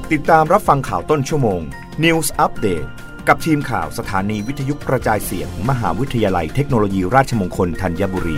ติดตามรับฟังข่าวต้นชั่วโมง News Update กับทีมข่าวสถานีวิทยุกระจายเสียง มหาวิทยาลัยเทคโนโลยีราชมงคลธัญบุรี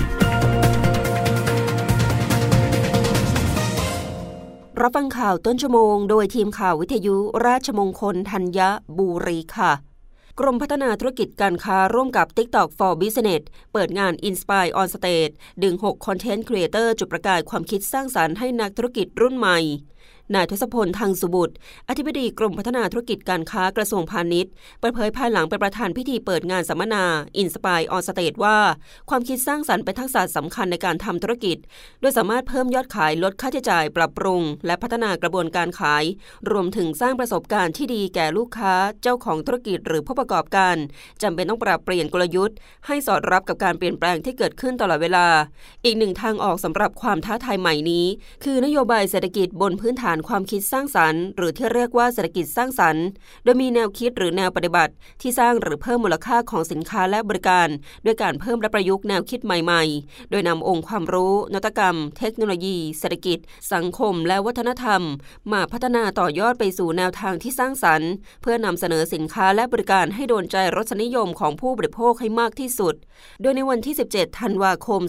รับฟังข่าวต้นชั่วโมงโดยทีมข่าววิทยุราชมงคลธัญบุรีค่ะกรมพัฒนาธุรกิจการค้าร่วมกับ TikTok for Business เปิดงาน Inspire on Stage ดึง6 Content Creator จุดประกายความคิดสร้างสรรค์ให้นักธุรกิจรุ่นใหม่นายทศพล ทังสุบุตรอธิบดีกรมพัฒนาธุรกิจการค้ากระทรวงพาณิชย์เปิดเผยภายหลังเป็นประธานพิธีเปิดงานสัมมนา Inspire on Stage ว่าความคิดสร้างสรรค์เป็นทักษะสำคัญในการทำธุรกิจโดยสามารถเพิ่มยอดขายลดค่าใช้จ่ายปรับปรุงและพัฒนากระบวนการขายรวมถึงสร้างประสบการณ์ที่ดีแก่ลูกค้าเจ้าของธุรกิจหรือผู้ประกอบการจำเป็นต้องปรับเปลี่ยนกลยุทธ์ให้สอดรับกับการเปลี่ยนแปลงที่เกิดขึ้นตลอดเวลาอีกหนึ่งทางออกสำหรับความท้าทายใหม่นี้คือนโยบายเศรษฐกิจบนพื้นฐานความคิดสร้างสรรค์หรือที่เรียกว่าเศรษฐกิจสร้างสรรค์โดยมีแนวคิดหรือแนวปฏิบัติที่สร้างหรือเพิ่มมูลค่าของสินค้าและบริการด้วยการเพิ่มและประยุกต์แนวคิดใหม่ๆโดยนำองค์ความรู้นวัตกรรมเทคโนโลยีเศรษฐกิจสังคมและวัฒนธรรมมาพัฒนาต่อยอดไปสู่แนวทางที่สร้างสรรค์เพื่อนำเสนอสินค้าและบริการให้โดนใจรสนิยมของผู้บริโภคให้มากที่สุดโดยในวันที่17ธันวาคม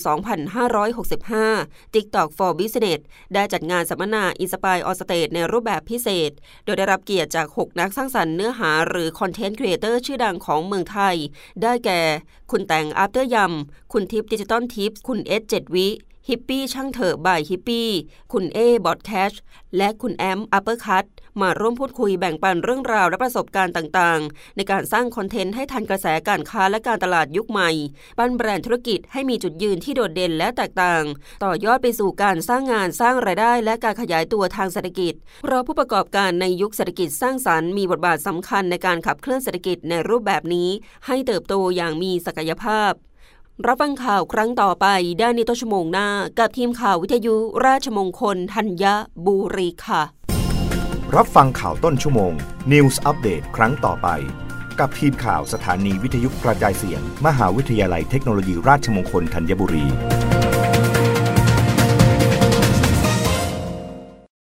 2565 TikTok for Business ได้จัดงานสัมมนา Inspire on Stage ในรูปแบบพิเศษโดยได้รับเกียรติจาก6นักสร้างสรรค์เนื้อหาหรือคอนเทนต์ครีเอเตอร์ชื่อดังของเมืองไทยได้แก่คุณแตงอัปเตอร์ยำคุณทิพย์ดิจิตอลทิปส์คุณเอส7วิฮิปปี้ช่างเถอะบายฮิปปี้คุณเอบอดแคชและคุณแอมอัปเปอร์คัทมาร่วมพูดคุยแบ่งปันเรื่องราวและประสบการณ์ต่างๆในการสร้างคอนเทนต์ให้ทันกระแสการค้าและการตลาดยุคใหม่ปั้นแบรนด์ธุรกิจให้มีจุดยืนที่โดดเด่นและแตกต่างต่อยอดไปสู่การสร้างงานสร้างรายได้และการขยายตัวทางเศรษฐกิจเพราะผู้ประกอบการในยุคเศรษฐกิจสร้างสรรค์มีบทบาทสำคัญในการขับเคลื่อนเศรษฐกิจในรูปแบบนี้ให้เติบโตอย่างมีศักยภาพรับฟังข่าวครั้งต่อไปได้ในต้นชั่วโมงหน้ากับทีมข่าววิทยุราชมงคลธัญบุรีค่ะรับฟังข่าวต้นชั่วโมง News Update ครั้งต่อไปกับทีมข่าวสถานีวิทยุกระจายเสียง มหาวิทยาลัยเทคโนโลยีราชมงคลธัญบุรี